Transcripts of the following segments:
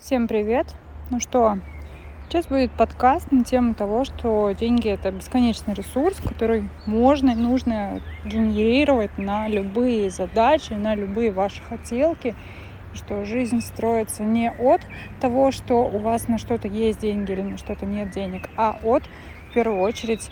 Всем привет! Ну что, сейчас будет подкаст на тему того, что деньги — это бесконечный ресурс, который можно и нужно генерировать на любые задачи, на любые ваши хотелки, и что жизнь строится не от того, что у вас на что-то есть деньги или на что-то нет денег, а от, в первую очередь,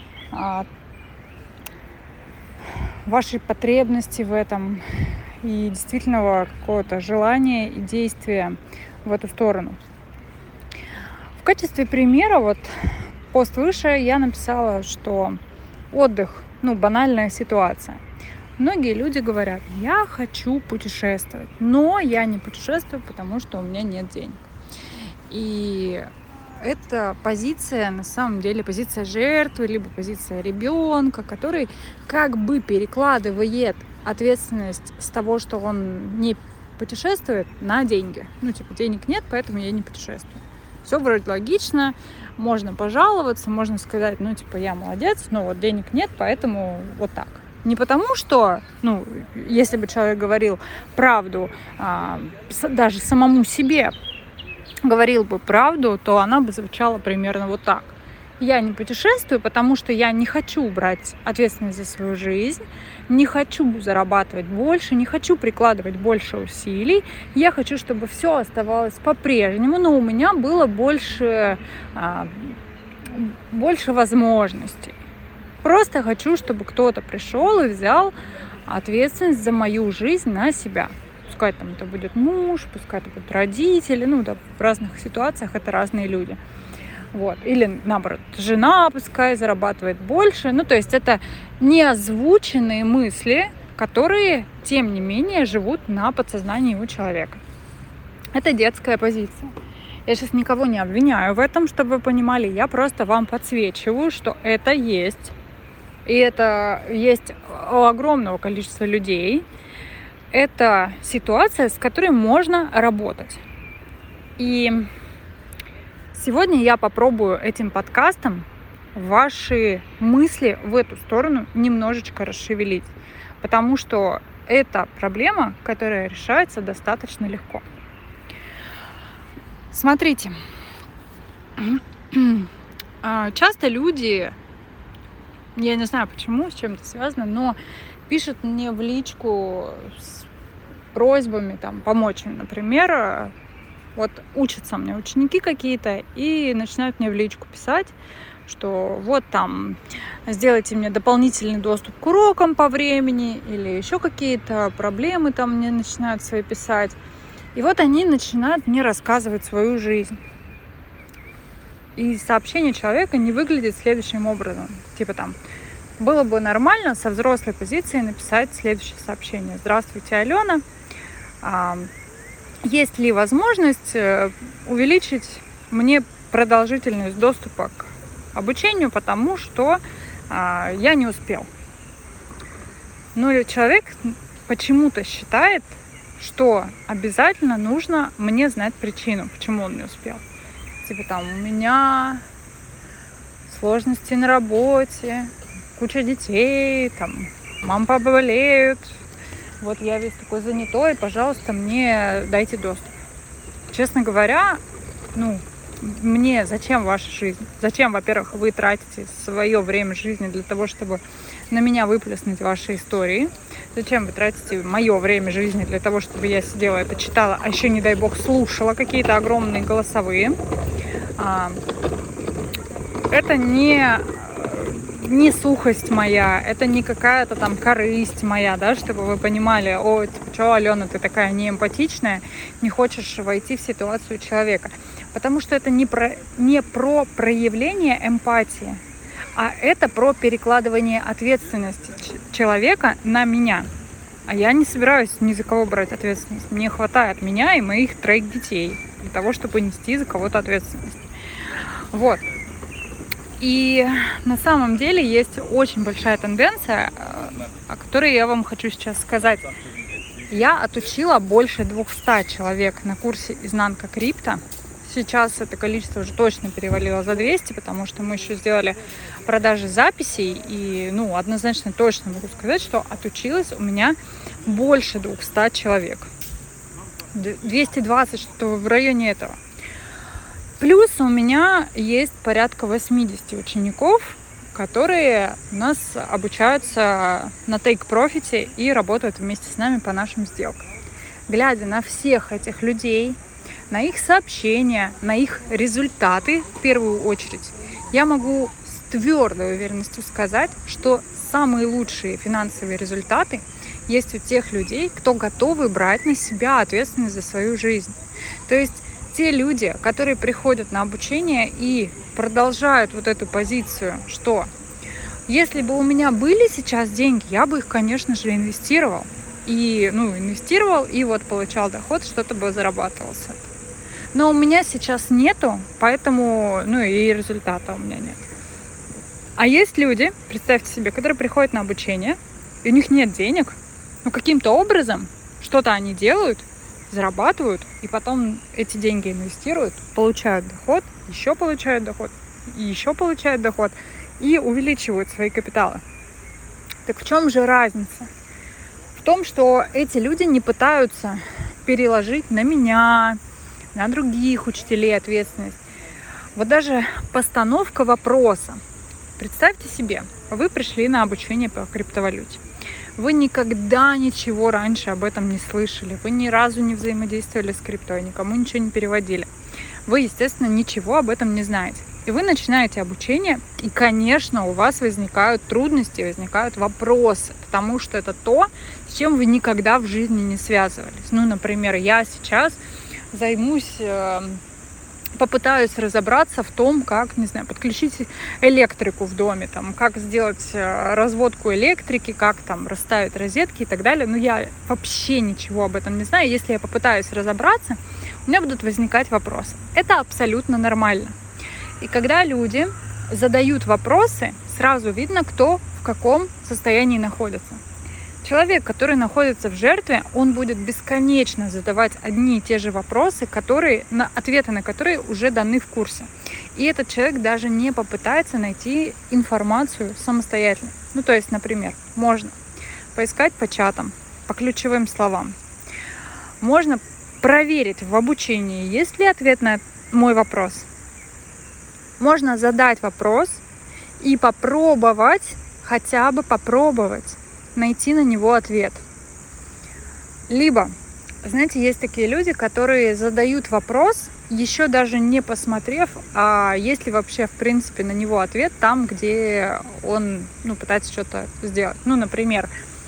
вашей потребности в этом и действительного какого-то желания и действия в эту сторону. В качестве примера, пост выше я написала, что отдых, банальная ситуация. Многие люди говорят: я хочу путешествовать, но я не путешествую, потому что у меня нет денег. И это позиция, на самом деле, позиция жертвы, либо позиция ребенка, который как бы перекладывает ответственность с того, что он не путешествует, на деньги. Денег нет, поэтому я не путешествую. Все вроде логично, можно пожаловаться, можно сказать, я молодец, но вот денег нет, поэтому вот так. Не потому что, если бы человек говорил правду, даже самому себе говорил бы правду, то она бы звучала примерно вот так. Я не путешествую, потому что я не хочу брать ответственность за свою жизнь, не хочу зарабатывать больше, не хочу прикладывать больше усилий. Я хочу, чтобы все оставалось по-прежнему, но у меня было больше возможностей. Просто хочу, чтобы кто-то пришел и взял ответственность за мою жизнь на себя. Пускай там это будет муж, пускай это будут родители, в разных ситуациях это разные люди. Или наоборот, жена пускай зарабатывает больше. То есть это неозвученные мысли, которые, тем не менее, живут на подсознании у человека. Это детская позиция. Я сейчас никого не обвиняю в этом, чтобы вы понимали. Я просто вам подсвечиваю, что это есть. И это есть у огромного количества людей. Это ситуация, с которой можно работать. И сегодня я попробую этим подкастом ваши мысли в эту сторону немножечко расшевелить, потому что это проблема, которая решается достаточно легко. Смотрите, часто люди, я не знаю почему, с чем это связано, но пишут мне в личку с просьбами помочь им, например. Учатся у меня ученики какие-то и начинают мне в личку писать, что сделайте мне дополнительный доступ к урокам по времени или еще какие-то проблемы мне начинают свои писать. И они начинают мне рассказывать свою жизнь. И сообщение человека не выглядит следующим образом. Было бы нормально со взрослой позиции написать следующее сообщение. Здравствуйте, Алена. Есть ли возможность увеличить мне продолжительность доступа к обучению, потому что я не успел. Человек почему-то считает, что обязательно нужно мне знать причину, почему он не успел. У меня сложности на работе, куча детей, мама, папа болеют. Я весь такой занятой, пожалуйста, мне дайте доступ. Честно говоря, мне зачем ваша жизнь? Зачем, во-первых, вы тратите свое время жизни для того, чтобы на меня выплеснуть ваши истории? Зачем вы тратите мое время жизни для того, чтобы я сидела это читала, а еще, не дай бог, слушала какие-то огромные голосовые? Это не сухость моя, это не какая-то корысть моя, чтобы вы понимали, что, Алена, ты такая неэмпатичная, не хочешь войти в ситуацию человека. Потому что это не про проявление эмпатии, а это про перекладывание ответственности человека на меня. А я не собираюсь ни за кого брать ответственность. Мне хватает меня и моих 3 детей для того, чтобы нести за кого-то ответственность. И на самом деле есть очень большая тенденция, о которой я вам хочу сейчас сказать. Я отучила больше 200 человек на курсе «Изнанка крипто». Сейчас это количество уже точно перевалило за 200, потому что мы еще сделали продажи записей. И, однозначно точно могу сказать, что отучилось у меня больше 200 человек. 220, что в районе этого. Плюс у меня есть порядка 80 учеников, которые у нас обучаются на take-профите и работают вместе с нами по нашим сделкам. Глядя на всех этих людей, на их сообщения, на их результаты в первую очередь, я могу с твердой уверенностью сказать, что самые лучшие финансовые результаты есть у тех людей, кто готовы брать на себя ответственность за свою жизнь. То есть те люди, которые приходят на обучение и продолжают вот эту позицию, что если бы у меня были сейчас деньги, я бы их, конечно же, инвестировал. И, инвестировал, и вот получал доход, что-то бы зарабатывал с этого. Но у меня сейчас нету, поэтому, и результата у меня нет. А есть люди, представьте себе, которые приходят на обучение, и у них нет денег, но каким-то образом что-то они делают, зарабатывают, и потом эти деньги инвестируют, получают доход, еще получают доход, и еще получают доход, и увеличивают свои капиталы. Так в чем же разница? В том, что эти люди не пытаются переложить на меня, на других учителей ответственность. Вот даже постановка вопроса. Представьте себе, вы пришли на обучение по криптовалюте. Вы никогда ничего раньше об этом не слышали. Вы ни разу не взаимодействовали с криптой, никому ничего не переводили. Вы, естественно, ничего об этом не знаете. И вы начинаете обучение, и, конечно, у вас возникают трудности, возникают вопросы, потому что это то, с чем вы никогда в жизни не связывались. Например, я сейчас попытаюсь разобраться в том, как, подключить электрику в доме, как сделать разводку электрики, как расставить розетки и так далее. Но я вообще ничего об этом не знаю. Если я попытаюсь разобраться, у меня будут возникать вопросы. Это абсолютно нормально. И когда люди задают вопросы, сразу видно, кто в каком состоянии находится. Человек, который находится в жертве, он будет бесконечно задавать одни и те же вопросы, ответы на которые уже даны в курсе. И этот человек даже не попытается найти информацию самостоятельно. То есть, например, можно поискать по чатам, по ключевым словам. Можно проверить в обучении, есть ли ответ на мой вопрос. Можно задать вопрос и хотя бы попробовать найти на него ответ. Либо, знаете, есть такие люди, которые задают вопрос, еще даже не посмотрев, а есть ли вообще, в принципе, на него ответ там, где он, пытается что-то сделать. Например,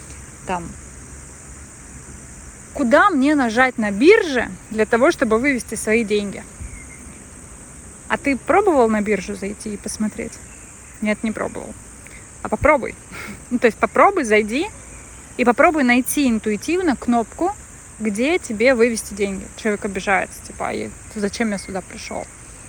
куда мне нажать на бирже для того, чтобы вывести свои деньги? А ты пробовал на биржу зайти и посмотреть? Нет, не пробовал. А попробуй. То есть попробуй, зайди и попробуй найти интуитивно кнопку, где тебе вывести деньги. Человек обижается, зачем я сюда пришел?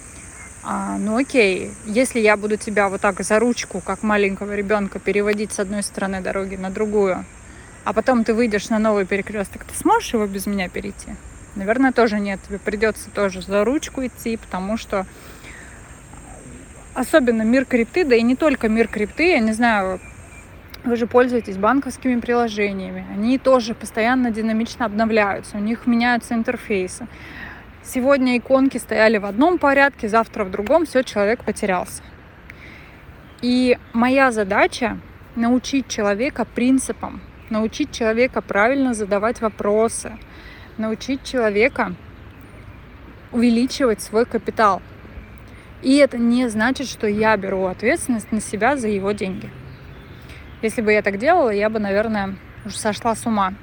Окей, если я буду тебя вот так за ручку, как маленького ребенка, переводить с одной стороны дороги на другую, а потом ты выйдешь на новый перекресток, ты сможешь его без меня перейти? Наверное, тоже нет. Тебе придется тоже за ручку идти, потому что особенно мир крипты, да и не только мир крипты, я не знаю, вы же пользуетесь банковскими приложениями, они тоже постоянно динамично обновляются, у них меняются интерфейсы. Сегодня иконки стояли в одном порядке, завтра в другом, все, человек потерялся. И моя задача научить человека принципам, научить человека правильно задавать вопросы, научить человека увеличивать свой капитал. И это не значит, что я беру ответственность на себя за его деньги. Если бы я так делала, я бы, наверное, уже сошла с ума.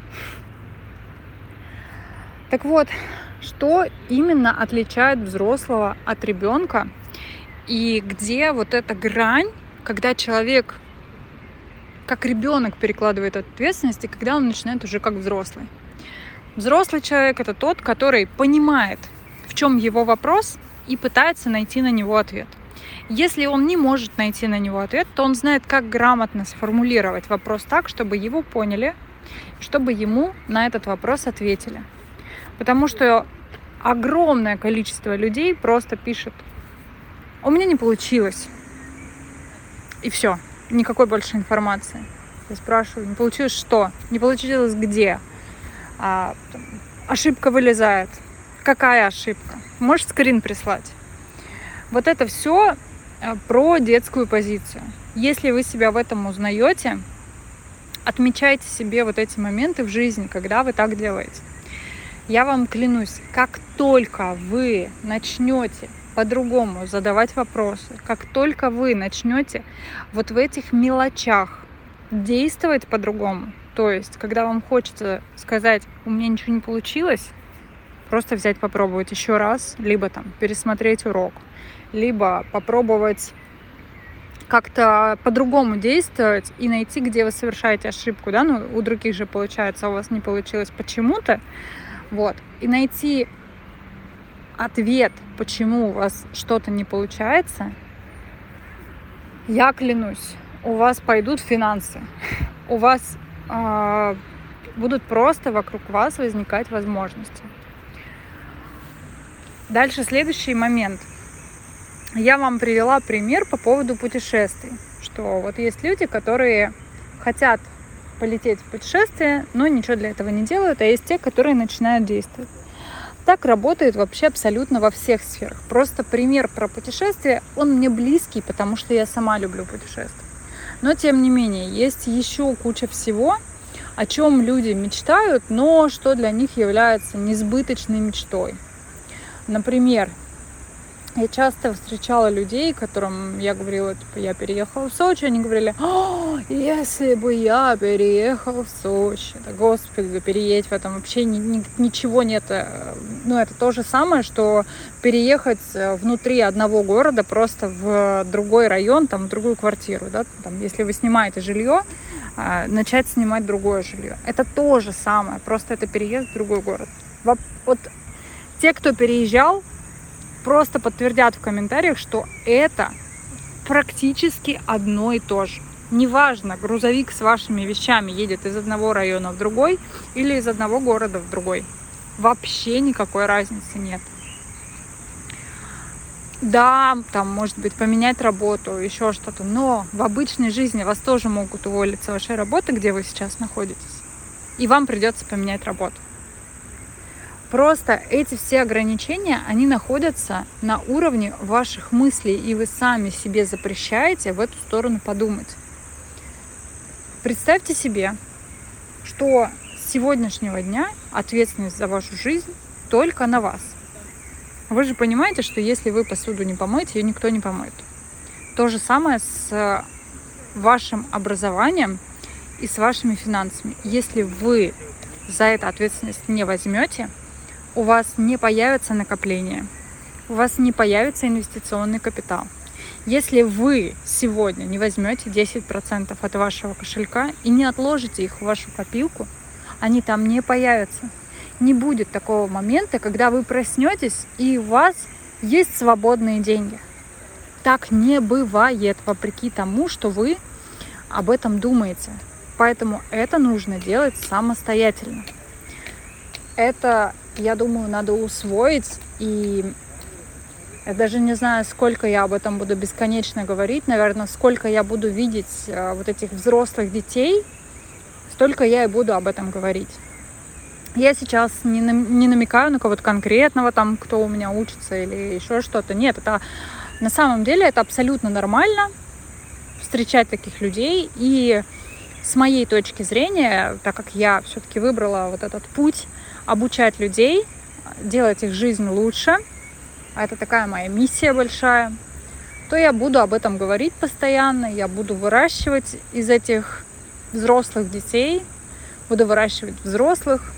Так вот, что именно отличает взрослого от ребенка? И где вот эта грань, когда человек как ребенок перекладывает ответственность, и когда он начинает уже как взрослый? Взрослый человек — это тот, который понимает, в чем его вопрос, и пытается найти на него ответ. Если он не может найти на него ответ, то он знает, как грамотно сформулировать вопрос так, чтобы его поняли, чтобы ему на этот вопрос ответили. Потому что огромное количество людей просто пишет: у меня не получилось. И все, никакой больше информации. Я спрашиваю: не получилось что? Не получилось где? Ошибка вылезает. Какая ошибка? Можешь скрин прислать? Вот это все про детскую позицию. Если вы себя в этом узнаете, отмечайте себе вот эти моменты в жизни, когда вы так делаете. Я вам клянусь, как только вы начнете по-другому задавать вопросы, как только вы начнете вот в этих мелочах действовать по-другому, то есть, когда вам хочется сказать, у меня ничего не получилось, просто взять, попробовать еще раз, либо там пересмотреть урок, либо попробовать как-то по-другому действовать и найти, где вы совершаете ошибку, да, ну, у других же получается, а у вас не получилось почему-то, вот, и найти ответ, почему у вас что-то не получается, я клянусь, у вас пойдут финансы, у вас будут просто вокруг вас возникать возможности. Дальше следующий момент. Я вам привела пример по поводу путешествий, что вот есть люди, которые хотят полететь в путешествие, но ничего для этого не делают, а есть те, которые начинают действовать. Так работает вообще абсолютно во всех сферах. Просто пример про путешествие, он мне близкий, потому что я сама люблю путешествовать. Но тем не менее, есть еще куча всего, о чем люди мечтают, но что для них является несбыточной мечтой. Например, я часто встречала людей, которым я говорила, типа, я переехала в Сочи, они говорили, если бы я переехала в Сочи, да господи, переедь в этом вообще ничего нет. Ну, это то же самое, что переехать внутри одного города просто в другой район, там, в другую квартиру, да, там, если вы снимаете жилье, начать снимать другое жилье. Это то же самое, просто это переезд в другой город. Вот те, кто переезжал, просто подтвердят в комментариях, что это практически одно и то же. Неважно, грузовик с вашими вещами едет из одного района в другой или из одного города в другой. Вообще никакой разницы нет. Да, там, может быть, поменять работу, еще что-то, но в обычной жизни вас тоже могут уволить с вашей работы, где вы сейчас находитесь, и вам придется поменять работу. Просто эти все ограничения, они находятся на уровне ваших мыслей, и вы сами себе запрещаете в эту сторону подумать. Представьте себе, что с сегодняшнего дня ответственность за вашу жизнь только на вас. Вы же понимаете, что если вы посуду не помоете, ее никто не помоет. То же самое с вашим образованием и с вашими финансами. Если вы за это ответственность не возьмете, у вас не появится накопление, у вас не появится инвестиционный капитал. Если вы сегодня не возьмете 10% от вашего кошелька и не отложите их в вашу копилку, они там не появятся. Не будет такого момента, когда вы проснетесь и у вас есть свободные деньги. Так не бывает, вопреки тому, что вы об этом думаете. Поэтому это нужно делать самостоятельно. Это, я думаю, надо усвоить, и я даже не знаю, сколько я об этом буду бесконечно говорить, наверное, сколько я буду видеть вот этих взрослых детей, столько я и буду об этом говорить. Я сейчас не намекаю на кого-то конкретного, там, кто у меня учится или еще что-то. Нет, это на самом деле это абсолютно нормально встречать таких людей, и с моей точки зрения, так как я все-таки выбрала вот этот путь, обучать людей, делать их жизнь лучше, а это такая моя миссия большая, то я буду об этом говорить постоянно, я буду выращивать из этих взрослых детей, буду выращивать взрослых.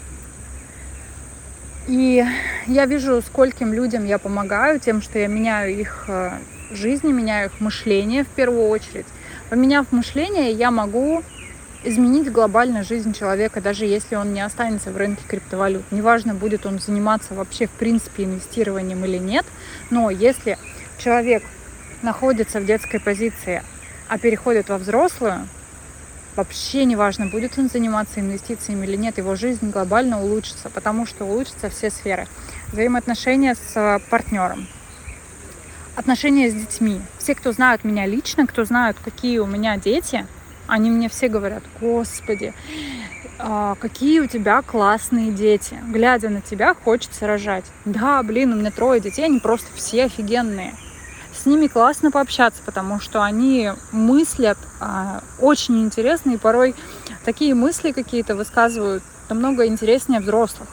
И я вижу, скольким людям я помогаю тем, что я меняю их жизни, меняю их мышление в первую очередь. Поменяв мышление, я могу изменить глобально жизнь человека, даже если он не останется в рынке криптовалют. Неважно, будет он заниматься вообще в принципе инвестированием или нет, но если человек находится в детской позиции, а переходит во взрослую, вообще неважно, будет он заниматься инвестициями или нет, его жизнь глобально улучшится, потому что улучшатся все сферы. Взаимоотношения с партнером, отношения с детьми. Все, кто знают меня лично, кто знают, какие у меня дети, они мне все говорят: Господи, какие у тебя классные дети. Глядя на тебя, хочется рожать. Да, блин, у меня 3 детей, они просто все офигенные. с ними классно пообщаться, потому что они мыслят очень интересно, и порой такие мысли какие-то высказывают намного интереснее взрослых.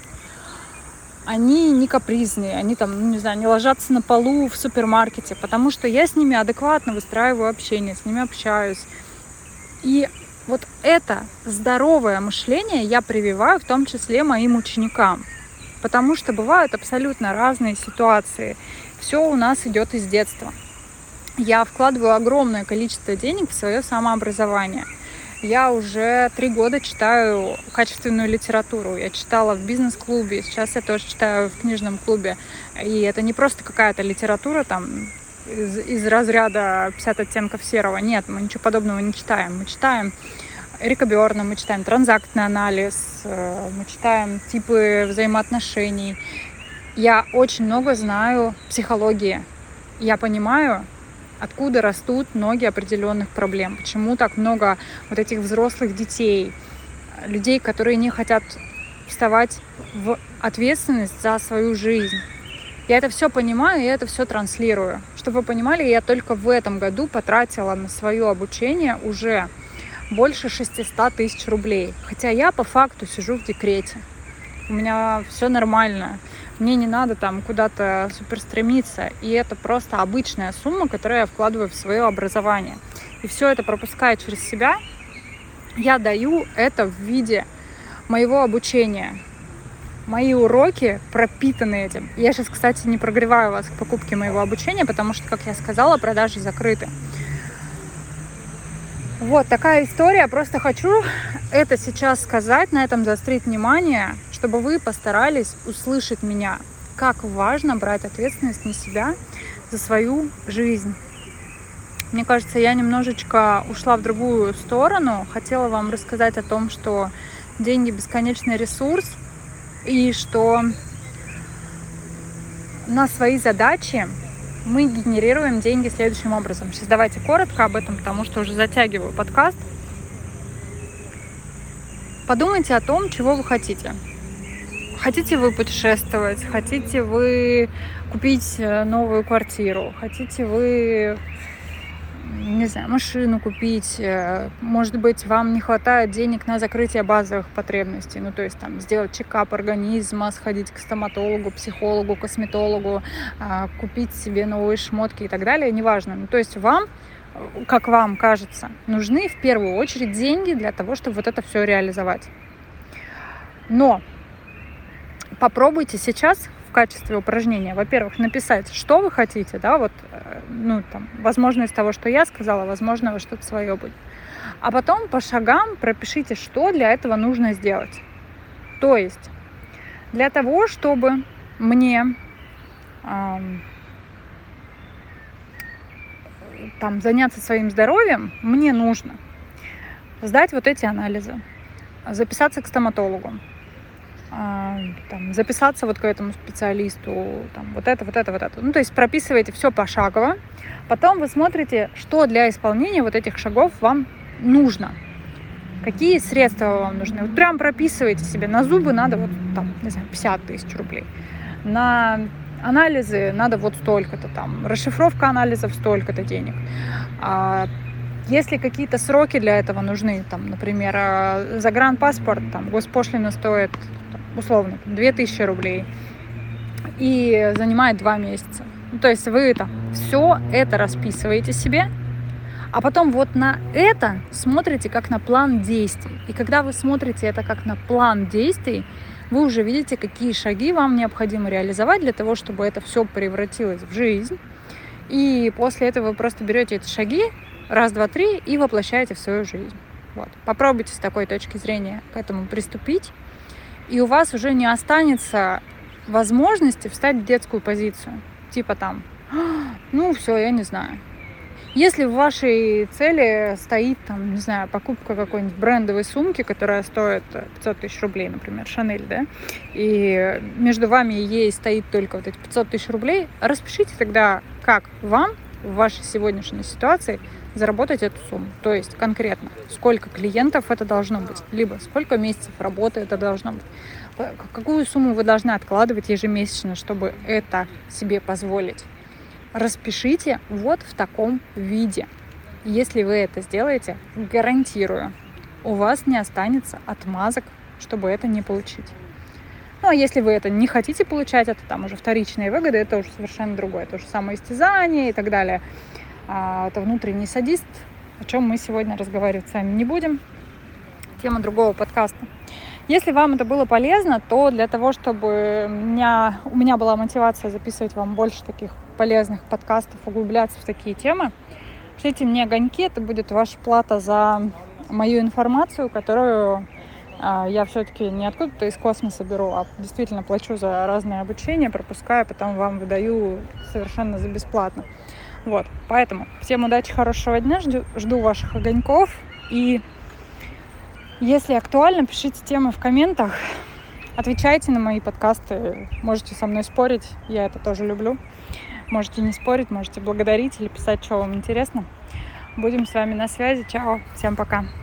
Они не капризные, они там, не знаю, не ложатся на полу в супермаркете, потому что я с ними адекватно выстраиваю общение, с ними общаюсь. И вот это здоровое мышление я прививаю в том числе моим ученикам, потому что бывают абсолютно разные ситуации. Все у нас идет из детства. Я вкладываю огромное количество денег в свое самообразование. Я уже 3 года читаю качественную литературу. Я читала в бизнес-клубе, сейчас я тоже читаю в книжном клубе. И это не просто какая-то литература там из разряда 50 оттенков серого. Нет, мы ничего подобного не читаем. Мы читаем Эрика Берна, мы читаем транзактный анализ, мы читаем типы взаимоотношений. Я очень много знаю психологии. Я понимаю, откуда растут ноги определенных проблем, почему так много вот этих взрослых детей, людей, которые не хотят вставать в ответственность за свою жизнь. Я это все понимаю, и это все транслирую. Чтобы вы понимали, я только в этом году потратила на свое обучение уже больше 600 тысяч рублей. Хотя я по факту сижу в декрете. У меня все нормально. Мне не надо там куда-то супер стремиться. И это просто обычная сумма, которую я вкладываю в свое образование. И все это пропуская через себя, я даю это в виде моего обучения. Мои уроки пропитаны этим. Я сейчас, кстати, не прогреваю вас к покупке моего обучения, потому что, как я сказала, продажи закрыты. Вот такая история. Просто хочу это сейчас сказать, на этом заострить внимание, чтобы вы постарались услышать меня, как важно брать ответственность на себя за свою жизнь. Мне кажется, я немножечко ушла в другую сторону. Хотела вам рассказать о том, что деньги — бесконечный ресурс, и что на свои задачи мы генерируем деньги следующим образом. Сейчас давайте коротко об этом, потому что уже затягиваю подкаст. Подумайте о том, чего вы хотите. Хотите вы путешествовать, хотите вы купить новую квартиру, хотите вы, не знаю, машину купить, может быть, вам не хватает денег на закрытие базовых потребностей, ну, то есть там сделать чекап организма, сходить к стоматологу, психологу, косметологу, купить себе новые шмотки и так далее, неважно. Ну, то есть вам, как вам кажется, нужны в первую очередь деньги для того, чтобы вот это все реализовать. Но попробуйте сейчас в качестве упражнения, во-первых, написать, что вы хотите, да, вот, ну, там, возможно, из того, что я сказала, возможно, что-то свое будет. А потом по шагам пропишите, что для этого нужно сделать. То есть для того, чтобы мне там заняться своим здоровьем, мне нужно сдать вот эти анализы, записаться к стоматологу, там, записаться вот к этому специалисту, там, вот это. Ну, то есть прописываете все пошагово. Потом вы смотрите, что для исполнения вот этих шагов вам нужно. Какие средства вам нужны. Вот прям прописывайте себе. На зубы надо вот там, не знаю, 50 тысяч рублей. На анализы надо вот столько-то там. Расшифровка анализов столько-то денег. Если какие-то сроки для этого нужны, там, например, загранпаспорт, там, госпошлина стоит условно 2000 рублей и занимает 2 месяца. Ну, то есть вы там все это расписываете себе, а потом вот на это смотрите как на план действий. И когда вы смотрите это как на план действий, вы уже видите, какие шаги вам необходимо реализовать для того, чтобы это все превратилось в жизнь. И после этого вы просто берете эти шаги, 1, 2, 3 и воплощаете в свою жизнь. Вот. Попробуйте с такой точки зрения к этому приступить. И у вас уже не останется возможности встать в детскую позицию. Типа там, ну все, я не знаю. Если в вашей цели стоит, там, не знаю, покупка какой-нибудь брендовой сумки, которая стоит 500 тысяч рублей, например, Шанель, да, и между вами и ей стоит только вот эти 500 тысяч рублей, распишите тогда, как вам в вашей сегодняшней ситуации заработать эту сумму. То есть конкретно, сколько клиентов это должно быть, либо сколько месяцев работы это должно быть, какую сумму вы должны откладывать ежемесячно, чтобы это себе позволить. распишите вот в таком виде. Если вы это сделаете, гарантирую, у вас не останется отмазок, чтобы это не получить. Ну, а если вы это не хотите получать, это там уже вторичные выгоды, это уже совершенно другое. Это уже самоистязание и так далее. Это внутренний садист, о чем мы сегодня разговаривать с вами не будем. Тема другого подкаста. Если вам это было полезно, то для того, чтобы у меня была мотивация записывать вам больше таких полезных подкастов, углубляться в такие темы, шлите мне огоньки, это будет ваша плата за мою информацию, которую я все-таки не откуда-то из космоса беру, а действительно плачу за разное обучение, пропускаю, потом вам выдаю совершенно за бесплатно. Вот, поэтому всем удачи, хорошего дня, жду ваших огоньков. И если актуально, пишите темы в комментах, отвечайте на мои подкасты, можете со мной спорить, я это тоже люблю. Можете не спорить, можете благодарить или писать, что вам интересно. Будем с вами на связи. Чао, всем пока.